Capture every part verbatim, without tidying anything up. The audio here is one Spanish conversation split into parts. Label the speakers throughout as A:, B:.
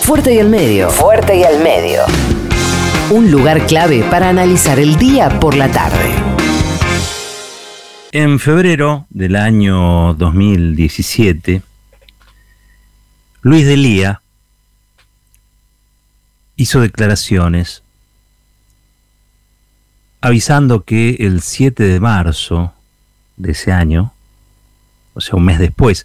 A: Fuerte y al medio. Fuerte y al medio. Un lugar clave para analizar el día por la tarde.
B: En febrero del año dos mil diecisiete, Luis D'Elia hizo declaraciones avisando que el siete de marzo de ese año, o sea, un mes después,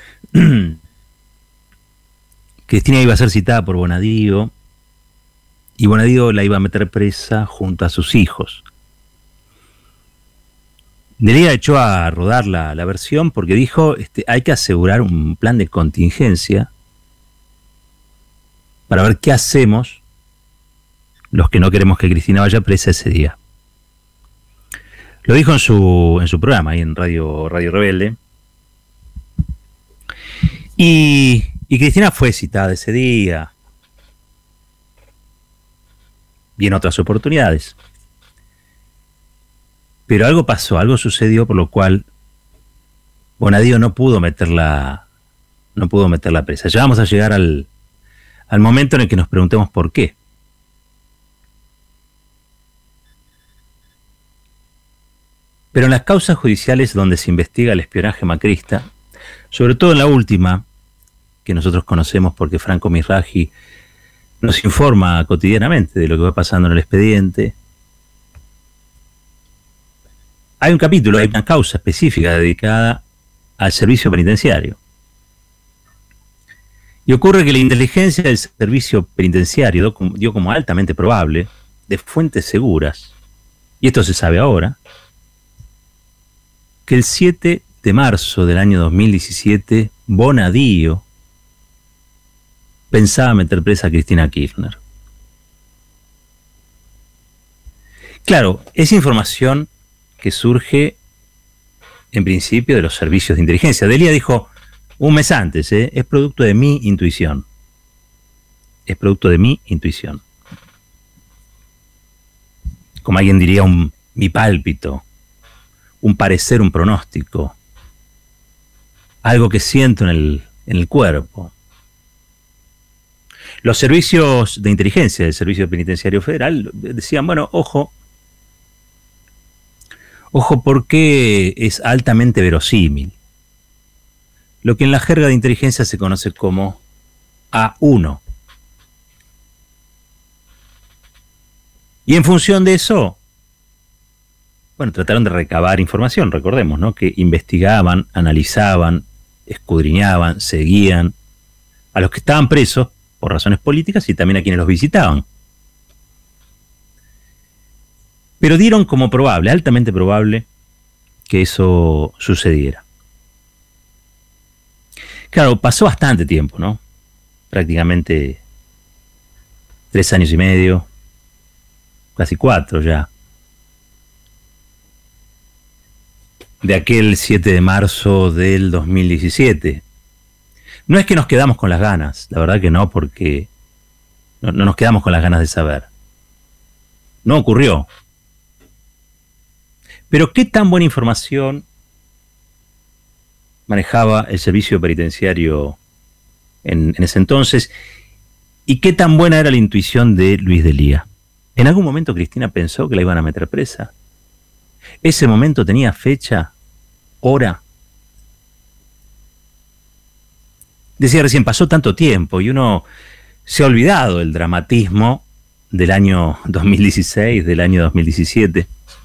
B: Cristina iba a ser citada por Bonadío y Bonadío la iba a meter presa junto a sus hijos. D'Elia echó a rodar la, la versión porque dijo, este, hay que asegurar un plan de contingencia para ver qué hacemos los que no queremos que Cristina vaya presa ese día. Lo dijo en su, en su programa, ahí en Radio, Radio Rebelde. Y, y Cristina fue citada ese día. Y en otras oportunidades. Pero algo pasó, algo sucedió por lo cual Bonadío no pudo meterla, no pudo meterla presa. Ya vamos a llegar al, al momento en el que nos preguntemos por qué. Pero en las causas judiciales donde se investiga el espionaje macrista, sobre todo en la última, que nosotros conocemos porque Franco Mirraji nos informa cotidianamente de lo que va pasando en el expediente, hay un capítulo, hay una causa específica dedicada al servicio penitenciario. Y ocurre que la inteligencia del servicio penitenciario dio como altamente probable, de fuentes seguras, y esto se sabe ahora, que el siete de marzo del año dos mil diecisiete, Bonadío pensaba meter presa a Cristina Kirchner. Claro, esa información que surge en principio de los servicios de inteligencia. D'Elia dijo un mes antes, ¿eh? es producto de mi intuición. Es producto de mi intuición. Como alguien diría, un, mi pálpito. Un parecer, un pronóstico, algo que siento en el, en el cuerpo. Los servicios de inteligencia del Servicio Penitenciario Federal decían, bueno, ojo, ojo porque es altamente verosímil. Lo que en la jerga de inteligencia se conoce como A uno. Y en función de eso, bueno, trataron de recabar información, recordemos, ¿no? Que investigaban, analizaban, escudriñaban, seguían a los que estaban presos por razones políticas y también a quienes los visitaban. Pero dieron como probable, altamente probable, que eso sucediera. Claro, pasó bastante tiempo, ¿no? Prácticamente tres años y medio, casi cuatro ya. De aquel siete de marzo del dos mil diecisiete. No es que nos quedamos con las ganas, la verdad que no, porque no, no nos quedamos con las ganas de saber. No ocurrió. Pero qué tan buena información manejaba el servicio penitenciario en, en ese entonces y qué tan buena era la intuición de Luis D'Elia. ¿En algún momento Cristina pensó que la iban a meter presa? ¿Ese momento tenía fecha, hora? Decía recién, pasó tanto tiempo y uno se ha olvidado del dramatismo del año dos mil dieciséis, del año dos mil diecisiete.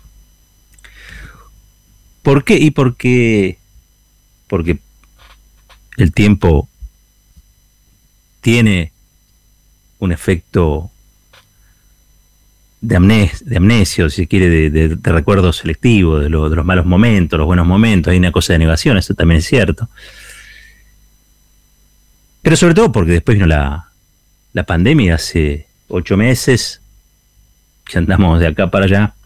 B: ¿Por qué? Y porque, porque el tiempo tiene un efecto de, amnes, de amnesio, si se quiere, de, de, de recuerdo selectivo, de, lo, de los malos momentos, los buenos momentos. Hay una cosa de negación, eso también es cierto. Pero sobre todo porque después vino la, la pandemia hace ocho meses, que andamos de acá para allá.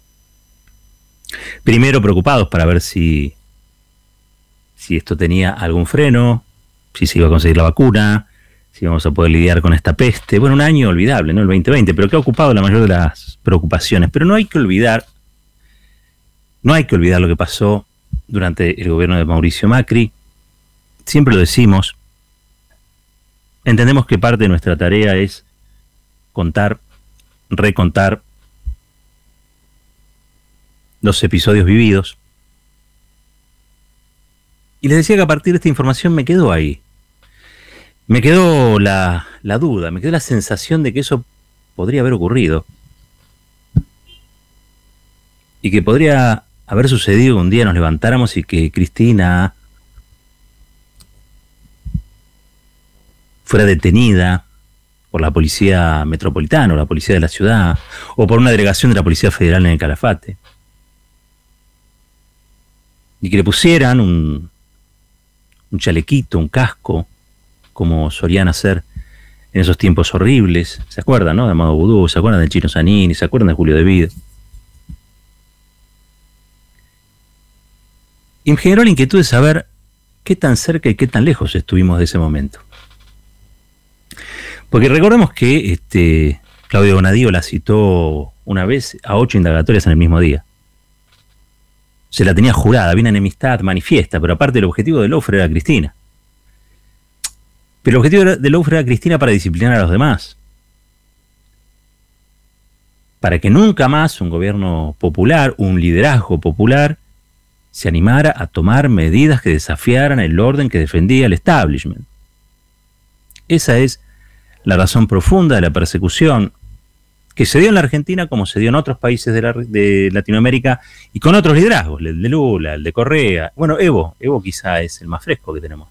B: Primero preocupados para ver si, si esto tenía algún freno, si se iba a conseguir la vacuna, si vamos a poder lidiar con esta peste. Bueno, un año olvidable, ¿no? El veinte veinte, pero que ha ocupado la mayor de las preocupaciones. Pero no hay que olvidar, no hay que olvidar lo que pasó durante el gobierno de Mauricio Macri. Siempre lo decimos, entendemos que parte de nuestra tarea es contar, recontar los episodios vividos. Y les decía que a partir de esta información me quedó ahí. Me quedó la, la duda, me quedó la sensación de que eso podría haber ocurrido. Y que podría haber sucedido que un día nos levantáramos y que Cristina fuera detenida por la policía metropolitana o la policía de la ciudad o por una delegación de la Policía Federal en el Calafate. Y que le pusieran un, un chalequito, un casco, como solían hacer en esos tiempos horribles. ¿Se acuerdan, no? De Amado Vudú, ¿se acuerdan del Chino Zanini? ¿Se acuerdan de Julio De Vido? Y me generó la inquietud de saber qué tan cerca y qué tan lejos estuvimos de ese momento. Porque recordemos que este, Claudio Bonadío la citó una vez a ocho indagatorias en el mismo día. Se la tenía jurada, había una enemistad manifiesta, pero aparte el objetivo de Loeffler era Cristina. Pero el objetivo de Loeffler era Cristina para disciplinar a los demás. Para que nunca más un gobierno popular, un liderazgo popular, se animara a tomar medidas que desafiaran el orden que defendía el establishment. Esa es la razón profunda de la persecución que se dio en la Argentina como se dio en otros países de, la, de Latinoamérica y con otros liderazgos, el de Lula, el de Correa. Bueno, Evo, Evo quizá es el más fresco que tenemos.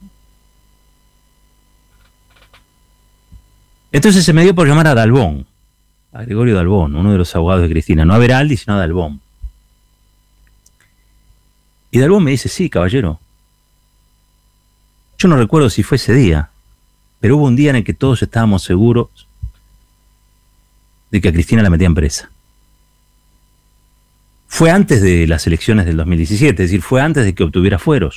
B: Entonces se me dio por llamar a Dalbón, a Gregorio Dalbón, uno de los abogados de Cristina, no a Veraldi, sino a Dalbón. Y Dalbón me dice, sí, caballero. Yo no recuerdo si fue ese día, pero hubo un día en el que todos estábamos seguros de que a Cristina la metían presa. Fue antes de las elecciones del dos mil diecisiete, es decir, fue antes de que obtuviera fueros.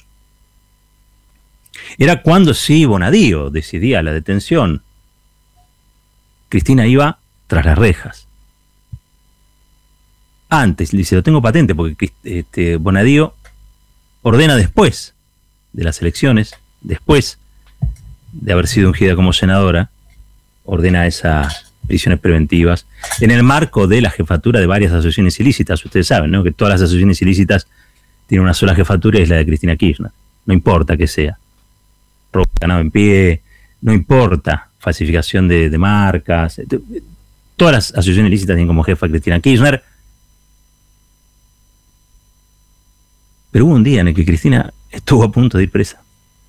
B: Era cuando sí Bonadío decidía la detención. Cristina iba tras las rejas. Antes, dice, lo tengo patente, porque este, Bonadío ordena después de las elecciones, después de haber sido ungida como senadora, ordena esas prisiones preventivas en el marco de la jefatura de varias asociaciones ilícitas. Ustedes saben, ¿no?, que todas las asociaciones ilícitas tienen una sola jefatura y es la de Cristina Kirchner. No importa que sea robo ganado en pie, no importa falsificación de, de marcas, todas las asociaciones ilícitas tienen como jefa a Cristina Kirchner. Pero hubo un día en el que Cristina estuvo a punto de ir presa.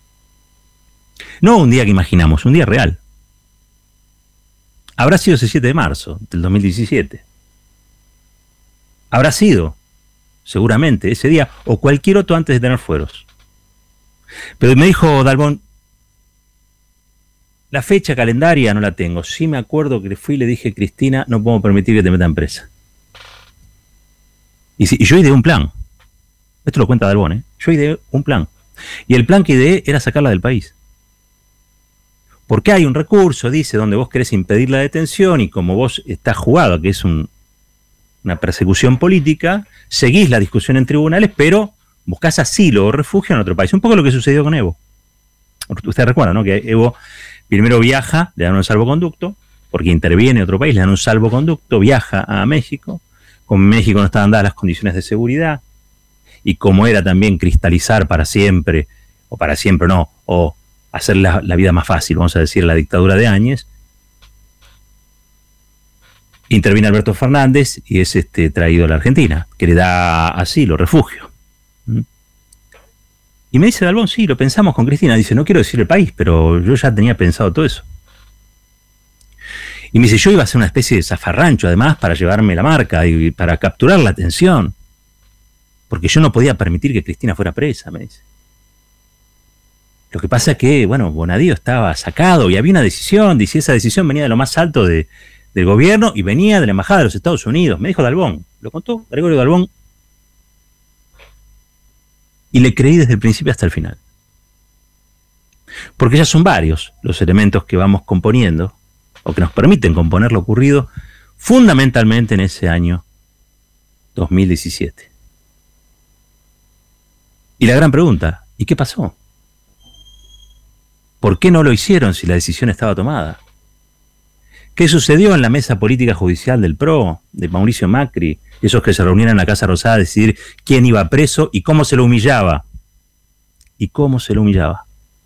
B: No un día que imaginamos, un día real. Habrá sido ese siete de marzo del dos mil diecisiete. Habrá sido, seguramente, ese día o cualquier otro antes de tener fueros. Pero me dijo Dalbón, la fecha calendaria no la tengo. Sí me acuerdo que fui y le dije, Cristina, no podemos permitir que te metan presa. Y, si, y yo ideé un plan. Esto lo cuenta Dalbón, ¿eh? Yo ideé un plan. Y el plan que ideé era sacarla del país. Porque hay un recurso, dice, donde vos querés impedir la detención y como vos estás jugado a que es un, una persecución política, seguís la discusión en tribunales, pero buscás asilo o refugio en otro país. Un poco lo que sucedió con Evo. Ustedes recuerdan, ¿no?, que Evo primero viaja, le dan un salvoconducto, porque interviene en otro país, le dan un salvoconducto, viaja a México. Con México no estaban dadas las condiciones de seguridad. Y como era también cristalizar para siempre, o para siempre no, o hacer la, la vida más fácil, vamos a decir, la dictadura de Áñez, interviene Alberto Fernández y es este, traído a la Argentina, que le da asilo, refugio. ¿Mm? Y me dice Dalbón, sí, lo pensamos con Cristina. Dice, no quiero decir el país, pero yo ya tenía pensado todo eso. Y me dice, yo iba a hacer una especie de zafarrancho, además, para llevarme la marca y para capturar la atención. Porque yo no podía permitir que Cristina fuera presa, me dice. Lo que pasa es que, bueno, Bonadío estaba sacado y había una decisión, dice, esa decisión venía de lo más alto de, del gobierno y venía de la Embajada de los Estados Unidos. Me dijo Dalbón, lo contó Gregorio Dalbón. Y le creí desde el principio hasta el final. Porque ya son varios los elementos que vamos componiendo, o que nos permiten componer lo ocurrido, fundamentalmente en ese año dos mil diecisiete. Y la gran pregunta, ¿y qué pasó? ¿Por qué no lo hicieron si la decisión estaba tomada? ¿Qué sucedió en la mesa política judicial del P R O, de Mauricio Macri, esos que se reunieron en la Casa Rosada a decidir quién iba preso y cómo se lo humillaba? ¿Y cómo se lo humillaba?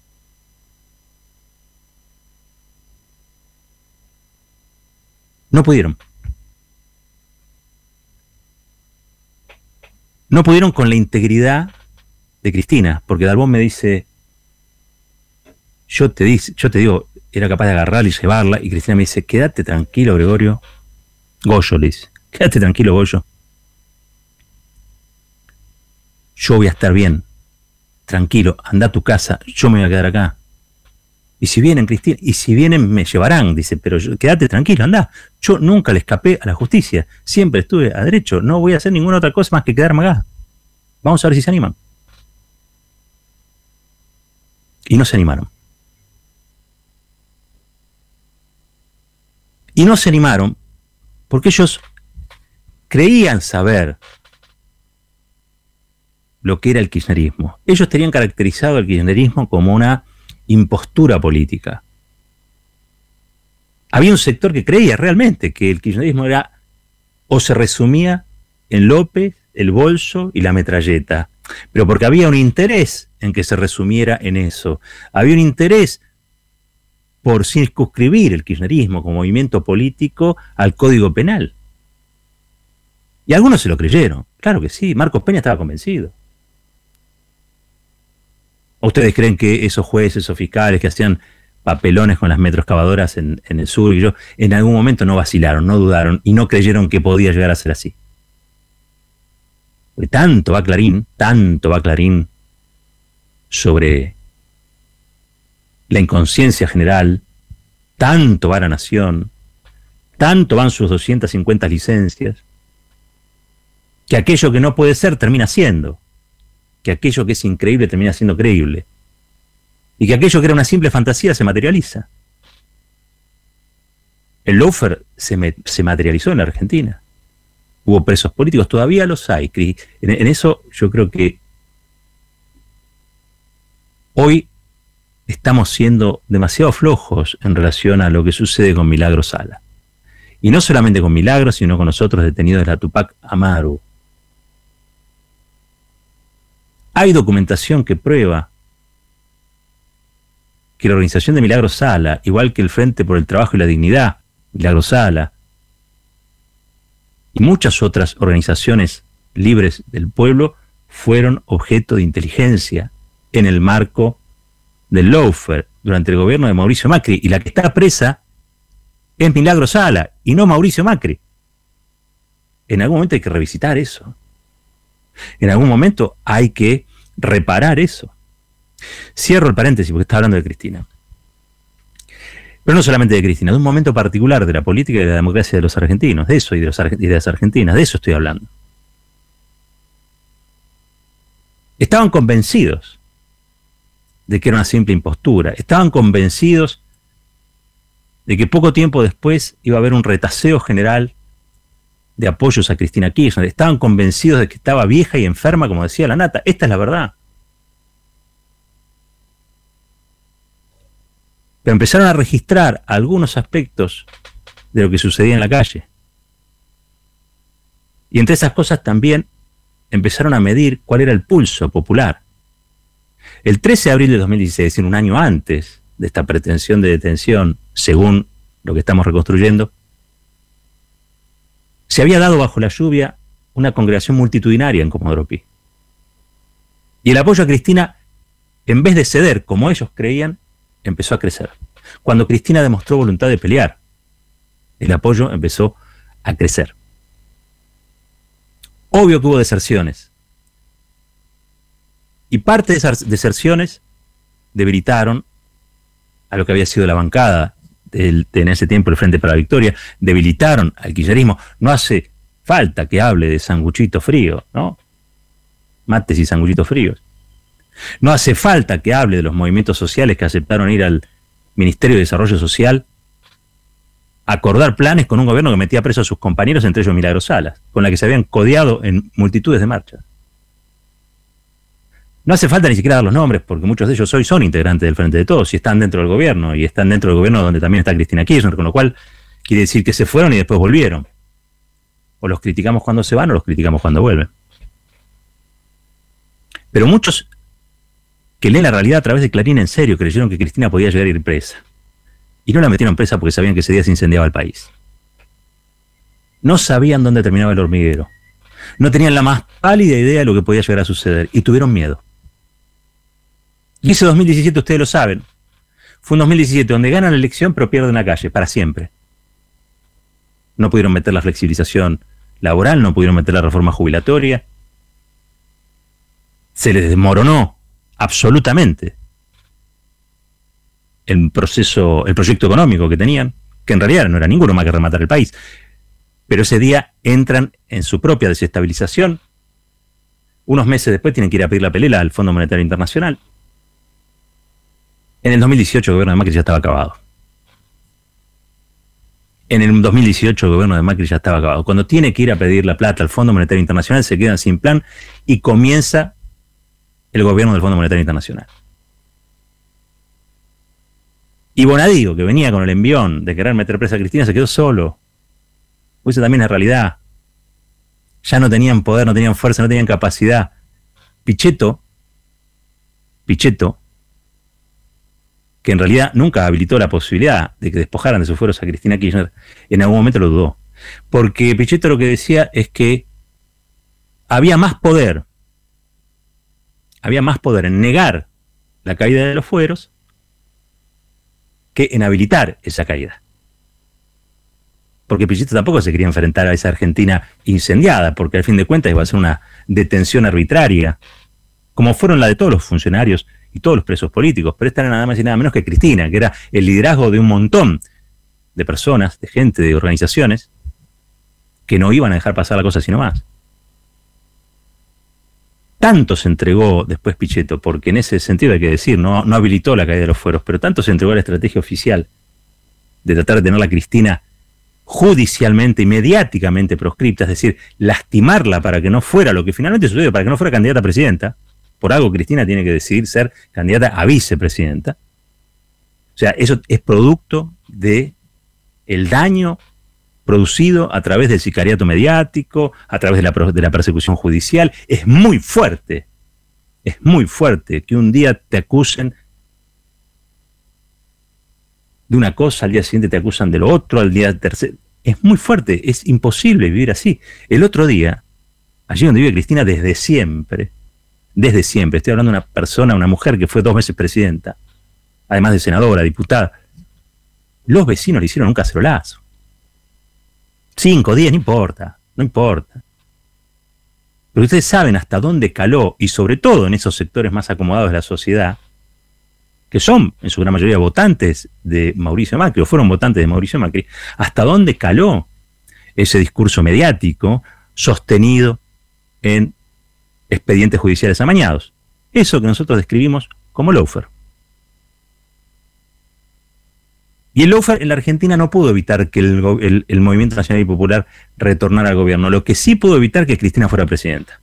B: No pudieron. No pudieron con la integridad de Cristina, porque Darbón me dice, yo te, dice, yo te digo, era capaz de agarrarla y llevarla, y Cristina me dice, quédate tranquilo, Gregorio. Goyo le dice, quédate tranquilo, Goyo. Yo voy a estar bien, tranquilo, anda a tu casa, yo me voy a quedar acá. Y si vienen, Cristina, y si vienen me llevarán, dice, pero yo, quédate tranquilo, anda. Yo nunca le escapé a la justicia, siempre estuve a derecho, no voy a hacer ninguna otra cosa más que quedarme acá. Vamos a ver si se animan. Y no se animaron. Y no se animaron porque ellos creían saber lo que era el kirchnerismo. Ellos tenían caracterizado el kirchnerismo como una impostura política. Había un sector que creía realmente que el kirchnerismo era o se resumía en López, el bolso y la metralleta, pero porque había un interés en que se resumiera en eso. Había un interés por circunscribir el kirchnerismo como movimiento político al Código Penal. Y algunos se lo creyeron, claro que sí, Marcos Peña estaba convencido. ¿O ustedes creen que esos jueces o fiscales que hacían papelones con las metroscavadoras en, en el sur y yo, en algún momento no vacilaron, no dudaron y no creyeron que podía llegar a ser así? Porque tanto va Clarín, tanto va Clarín sobre la inconsciencia general, tanto va La Nación, tanto van sus doscientas cincuenta licencias, que aquello que no puede ser termina siendo, que aquello que es increíble termina siendo creíble, y que aquello que era una simple fantasía se materializa. El lawfare se, me, se materializó en la Argentina. Hubo presos políticos, todavía los hay. En, en eso yo creo que hoy estamos siendo demasiado flojos en relación a lo que sucede con Milagro Sala. Y no solamente con Milagro, sino con los otros detenidos de la Tupac Amaru. Hay documentación que prueba que la organización de Milagro Sala, igual que el Frente por el Trabajo y la Dignidad, Milagro Sala, y muchas otras organizaciones libres del pueblo, fueron objeto de inteligencia en el marco del lawfare durante el gobierno de Mauricio Macri, y la que está presa es Milagro Sala y no Mauricio Macri. En algún momento hay que revisitar eso. En algún momento hay que reparar eso. Cierro el paréntesis porque está hablando de Cristina. Pero no solamente de Cristina, de un momento particular de la política y de la democracia de los argentinos, de eso y de, los, y de las argentinas, de eso estoy hablando. Estaban convencidos de que era una simple impostura, estaban convencidos de que poco tiempo después iba a haber un retaseo general de apoyos a Cristina Kirchner, estaban convencidos de que estaba vieja y enferma, como decía la Nata. Esta es la verdad. Pero empezaron a registrar algunos aspectos de lo que sucedía en la calle. Y entre esas cosas también empezaron a medir cuál era el pulso popular. El trece de abril de dos mil dieciséis, es decir, un año antes de esta pretensión de detención, según lo que estamos reconstruyendo, se había dado bajo la lluvia una congregación multitudinaria en Comodoro Pi. Y el apoyo a Cristina, en vez de ceder como ellos creían, empezó a crecer. Cuando Cristina demostró voluntad de pelear, el apoyo empezó a crecer. Obvio que hubo deserciones. Y parte de esas deserciones debilitaron a lo que había sido la bancada del, de, en ese tiempo el Frente para la Victoria, debilitaron al kirchnerismo. No hace falta que hable de sanguchito frío, ¿no? Mates y sanguchitos fríos. No hace falta que hable de los movimientos sociales que aceptaron ir al Ministerio de Desarrollo Social a acordar planes con un gobierno que metía preso a sus compañeros, entre ellos Milagro Salas, con la que se habían codeado en multitudes de marchas. No hace falta ni siquiera dar los nombres, porque muchos de ellos hoy son integrantes del Frente de Todos y están dentro del gobierno, y están dentro del gobierno donde también está Cristina Kirchner, con lo cual quiere decir que se fueron y después volvieron. O los criticamos cuando se van o los criticamos cuando vuelven. Pero muchos que leen la realidad a través de Clarín en serio creyeron que Cristina podía llegar a ir presa. Y no la metieron presa porque sabían que ese día se incendiaba el país. No sabían dónde terminaba el hormiguero. No tenían la más pálida idea de lo que podía llegar a suceder. Y tuvieron miedo. Y ese dos mil diecisiete, ustedes lo saben, fue un dos mil diecisiete donde ganan la elección pero pierden la calle, para siempre. No pudieron meter la flexibilización laboral, no pudieron meter la reforma jubilatoria. Se les desmoronó absolutamente el proceso, el proyecto económico que tenían, que en realidad no era ninguno más que rematar el país. Pero ese día entran en su propia desestabilización. Unos meses después tienen que ir a pedir la pelela al Fondo Monetario Internacional. En el dos mil dieciocho el gobierno de Macri ya estaba acabado. En el dos mil dieciocho el gobierno de Macri ya estaba acabado. Cuando tiene que ir a pedir la plata al Fondo Monetario Internacional se quedan sin plan y comienza el gobierno del Fondo Monetario Internacional. Y Bonadío, que venía con el envión de querer meter presa a Cristina, se quedó solo. Pues esa también es la realidad. Ya no tenían poder, no tenían fuerza, no tenían capacidad. Pichetto, Pichetto, que en realidad nunca habilitó la posibilidad de que despojaran de sus fueros a Cristina Kirchner, en algún momento lo dudó. Porque Pichetto lo que decía es que había más poder, había más poder en negar la caída de los fueros que en habilitar esa caída. Porque Pichetto tampoco se quería enfrentar a esa Argentina incendiada, porque al fin de cuentas iba a ser una detención arbitraria, como fueron la de todos los funcionarios y todos los presos políticos, pero esta era nada más y nada menos que Cristina, que era el liderazgo de un montón de personas, de gente, de organizaciones, que no iban a dejar pasar la cosa sino más. Tanto se entregó después Pichetto, porque en ese sentido hay que decir, no, no habilitó la caída de los fueros, pero tanto se entregó a la estrategia oficial de tratar de tener a Cristina judicialmente y mediáticamente proscripta, es decir, lastimarla para que no fuera lo que finalmente sucedió, para que no fuera candidata a presidenta. Por algo Cristina tiene que decidir ser candidata a vicepresidenta. O sea, eso es producto de el daño producido a través del sicariato mediático, a través de la, de la persecución judicial. Es muy fuerte, es muy fuerte que un día te acusen de una cosa, al día siguiente te acusan de lo otro, al día tercero. Es muy fuerte, es imposible vivir así. El otro día, allí donde vive Cristina desde siempre, desde siempre, estoy hablando de una persona, una mujer que fue dos veces presidenta, además de senadora, diputada, los vecinos le hicieron un cacerolazo. Cinco, diez, no importa, no importa. Pero ustedes saben hasta dónde caló, y sobre todo en esos sectores más acomodados de la sociedad, que son en su gran mayoría votantes de Mauricio Macri, o fueron votantes de Mauricio Macri, hasta dónde caló ese discurso mediático sostenido en expedientes judiciales amañados. Eso que nosotros describimos como lawfare. Y el lawfare en la Argentina no pudo evitar que el, el, el Movimiento Nacional y Popular retornara al gobierno. Lo que sí pudo evitar que Cristina fuera presidenta.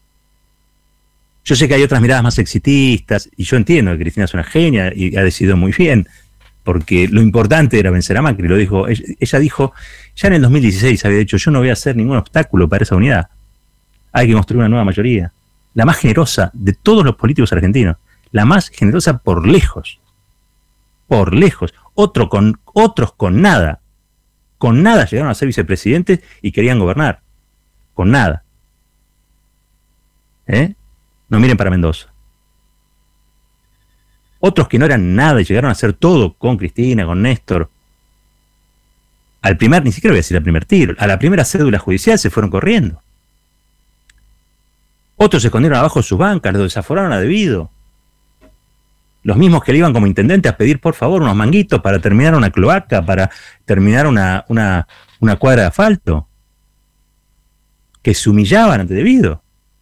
B: Yo sé que hay otras miradas más exitistas, y yo entiendo que Cristina es una genia y ha decidido muy bien, porque lo importante era vencer a Macri. Lo dijo, ella, ella dijo, ya en el dos mil dieciséis había dicho, yo no voy a hacer ningún obstáculo para esa unidad. Hay que construir una nueva mayoría. La más generosa de todos los políticos argentinos. La más generosa por lejos. Por lejos. Otro con, otros con nada. Con nada llegaron a ser vicepresidentes y querían gobernar. Con nada. ¿Eh? No miren para Mendoza. Otros que no eran nada y llegaron a hacer todo con Cristina, con Néstor. Al primer, ni siquiera voy a decir al primer tiro, a la primera cédula judicial se fueron corriendo. Otros se escondieron abajo de sus bancas, los desaforaron a debido. Los mismos que le iban como intendente a pedir por favor unos manguitos para terminar una cloaca, para terminar una, una, una cuadra de asfalto. Que se humillaban ante debido.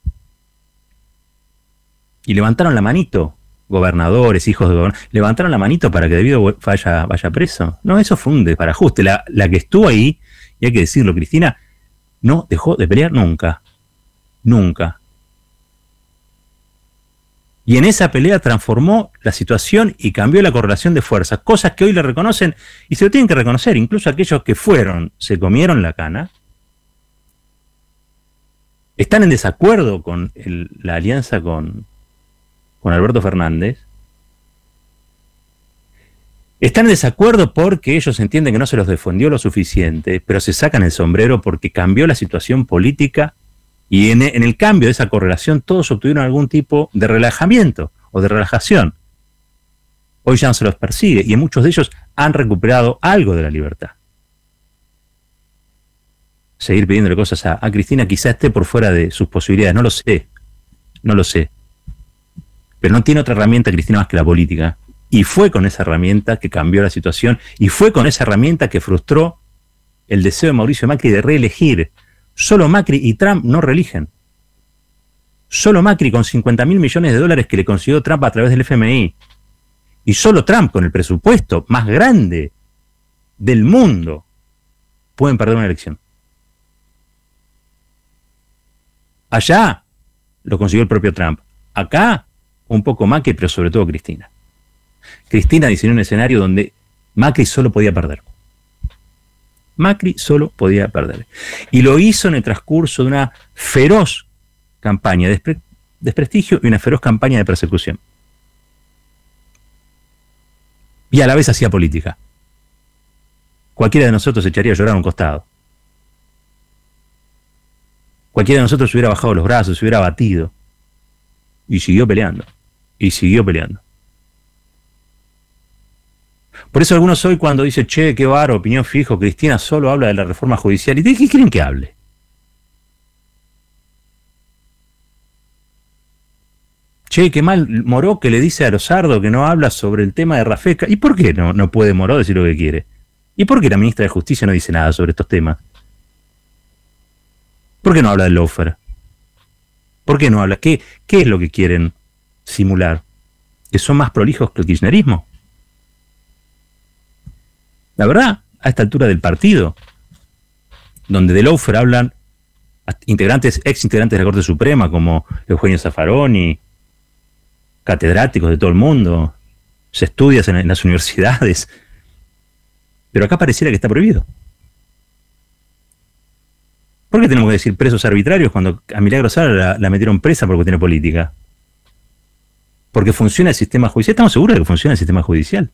B: Y levantaron la manito, gobernadores, hijos de gobernadores, levantaron la manito para que Debido vaya, vaya preso. No, eso fue un desbarajuste. La, la que estuvo ahí, y hay que decirlo, Cristina, no dejó de pelear nunca. Nunca. Y en esa pelea transformó la situación y cambió la correlación de fuerzas, cosas que hoy le reconocen y se lo tienen que reconocer, incluso aquellos que fueron, se comieron la cana, están en desacuerdo con el, la alianza con, con Alberto Fernández, están en desacuerdo porque ellos entienden que no se los defendió lo suficiente, pero se sacan el sombrero porque cambió la situación política. Y en, en el cambio de esa correlación todos obtuvieron algún tipo de relajamiento o de relajación. Hoy ya no se los persigue y muchos de ellos han recuperado algo de la libertad. Seguir pidiéndole cosas a, a Cristina quizá esté por fuera de sus posibilidades, no lo sé, no lo sé. Pero no tiene otra herramienta Cristina más que la política. Y fue con esa herramienta que cambió la situación y fue con esa herramienta que frustró el deseo de Mauricio Macri de reelegir. Solo Macri y Trump no reeligen. Solo Macri con cincuenta mil millones de dólares que le consiguió Trump a través del F M I. Y solo Trump con el presupuesto más grande del mundo pueden perder una elección. Allá lo consiguió el propio Trump. Acá un poco Macri, pero sobre todo Cristina. Cristina diseñó un escenario donde Macri solo podía perder. Macri solo podía perder. Y lo hizo en el transcurso de una feroz campaña de despre- desprestigio y una feroz campaña de persecución. Y a la vez hacía política. Cualquiera de nosotros se echaría a llorar a un costado. Cualquiera de nosotros se hubiera bajado los brazos, se hubiera batido. Y siguió peleando. Y siguió peleando. Por eso algunos hoy cuando dicen, che, qué varo, opinión fijo, Cristina solo habla de la reforma judicial. ¿Y de qué quieren que hable? Che, qué mal Moró que le dice a Rosardo que no habla sobre el tema de Rafeca. ¿Y por qué no, no puede Moró decir lo que quiere? ¿Y por qué la ministra de Justicia no dice nada sobre estos temas? ¿Por qué no habla del lawfare? ¿Por qué no habla? ¿Qué, qué es lo que quieren simular? ¿Que son más prolijos que el kirchnerismo? La verdad, a esta altura del partido, donde de lawfare hablan integrantes, ex integrantes de la Corte Suprema, como Eugenio Zaffaroni, catedráticos de todo el mundo, se estudia en, en las universidades, pero acá pareciera que está prohibido. ¿Por qué tenemos que decir presos arbitrarios cuando a Milagro Sala la, la metieron presa por cuestión política? Porque funciona el sistema judicial. ¿Estamos seguros de que funciona el sistema judicial?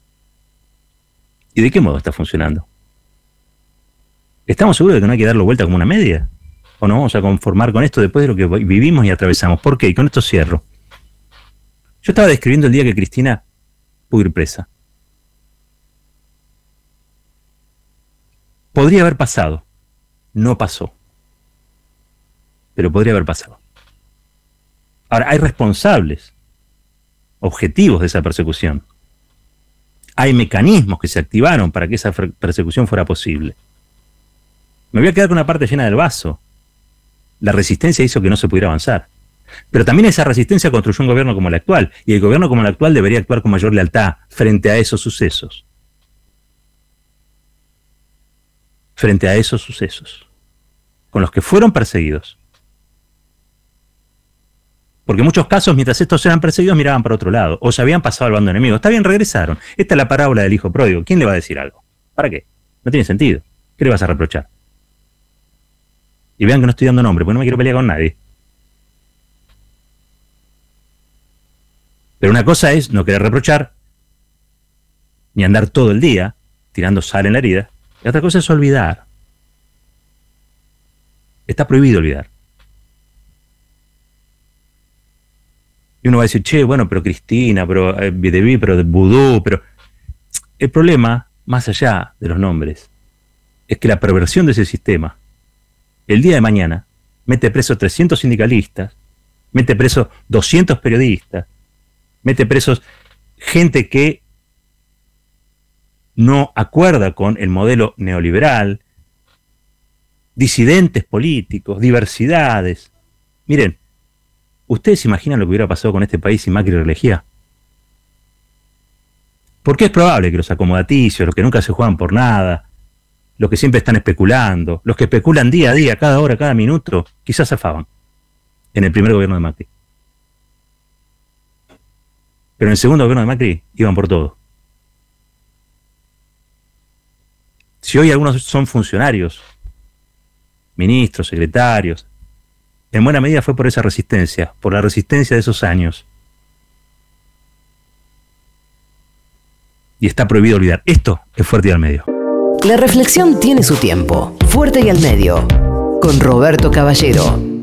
B: ¿Y de qué modo está funcionando? ¿Estamos seguros de que no hay que darlo vuelta como una media? ¿O nos vamos a conformar con esto después de lo que vivimos y atravesamos? ¿Por qué? Y con esto cierro. Yo estaba describiendo el día que Cristina pudo ir presa. Podría haber pasado. No pasó. Pero podría haber pasado. Ahora, hay responsables objetivos de esa persecución. Hay mecanismos que se activaron para que esa persecución fuera posible. Me voy a quedar con una parte llena del vaso. La resistencia hizo que no se pudiera avanzar. Pero también esa resistencia construyó un gobierno como el actual. Y el gobierno como el actual debería actuar con mayor lealtad frente a esos sucesos. Frente a esos sucesos. Con los que fueron perseguidos. Porque en muchos casos, mientras estos eran perseguidos, miraban para otro lado. O se habían pasado al bando enemigo. Está bien, regresaron. Esta es la parábola del hijo pródigo. ¿Quién le va a decir algo? ¿Para qué? No tiene sentido. ¿Qué le vas a reprochar? Y vean que no estoy dando nombre, porque no me quiero pelear con nadie. Pero una cosa es no querer reprochar, ni andar todo el día tirando sal en la herida. Y otra cosa es olvidar. Está prohibido olvidar. Y uno va a decir, che, bueno, pero Cristina, pero eh, Videví, pero de Vudú, pero... El problema, más allá de los nombres, es que la perversión de ese sistema, el día de mañana, mete presos trescientos sindicalistas, mete presos doscientos periodistas, mete presos gente que no acuerda con el modelo neoliberal, disidentes políticos, diversidades. Miren, ¿ustedes se imaginan lo que hubiera pasado con este país si Macri reelegía? Porque es probable que los acomodaticios, los que nunca se juegan por nada, los que siempre están especulando, los que especulan día a día, cada hora, cada minuto, quizás zafaban en el primer gobierno de Macri. Pero en el segundo gobierno de Macri iban por todo. Si hoy algunos son funcionarios, ministros, secretarios, en buena medida fue por esa resistencia, por la resistencia de esos años. Y está prohibido olvidar. Esto es Fuerte y al Medio.
A: La reflexión tiene su tiempo. Fuerte y al Medio. Con Roberto Caballero.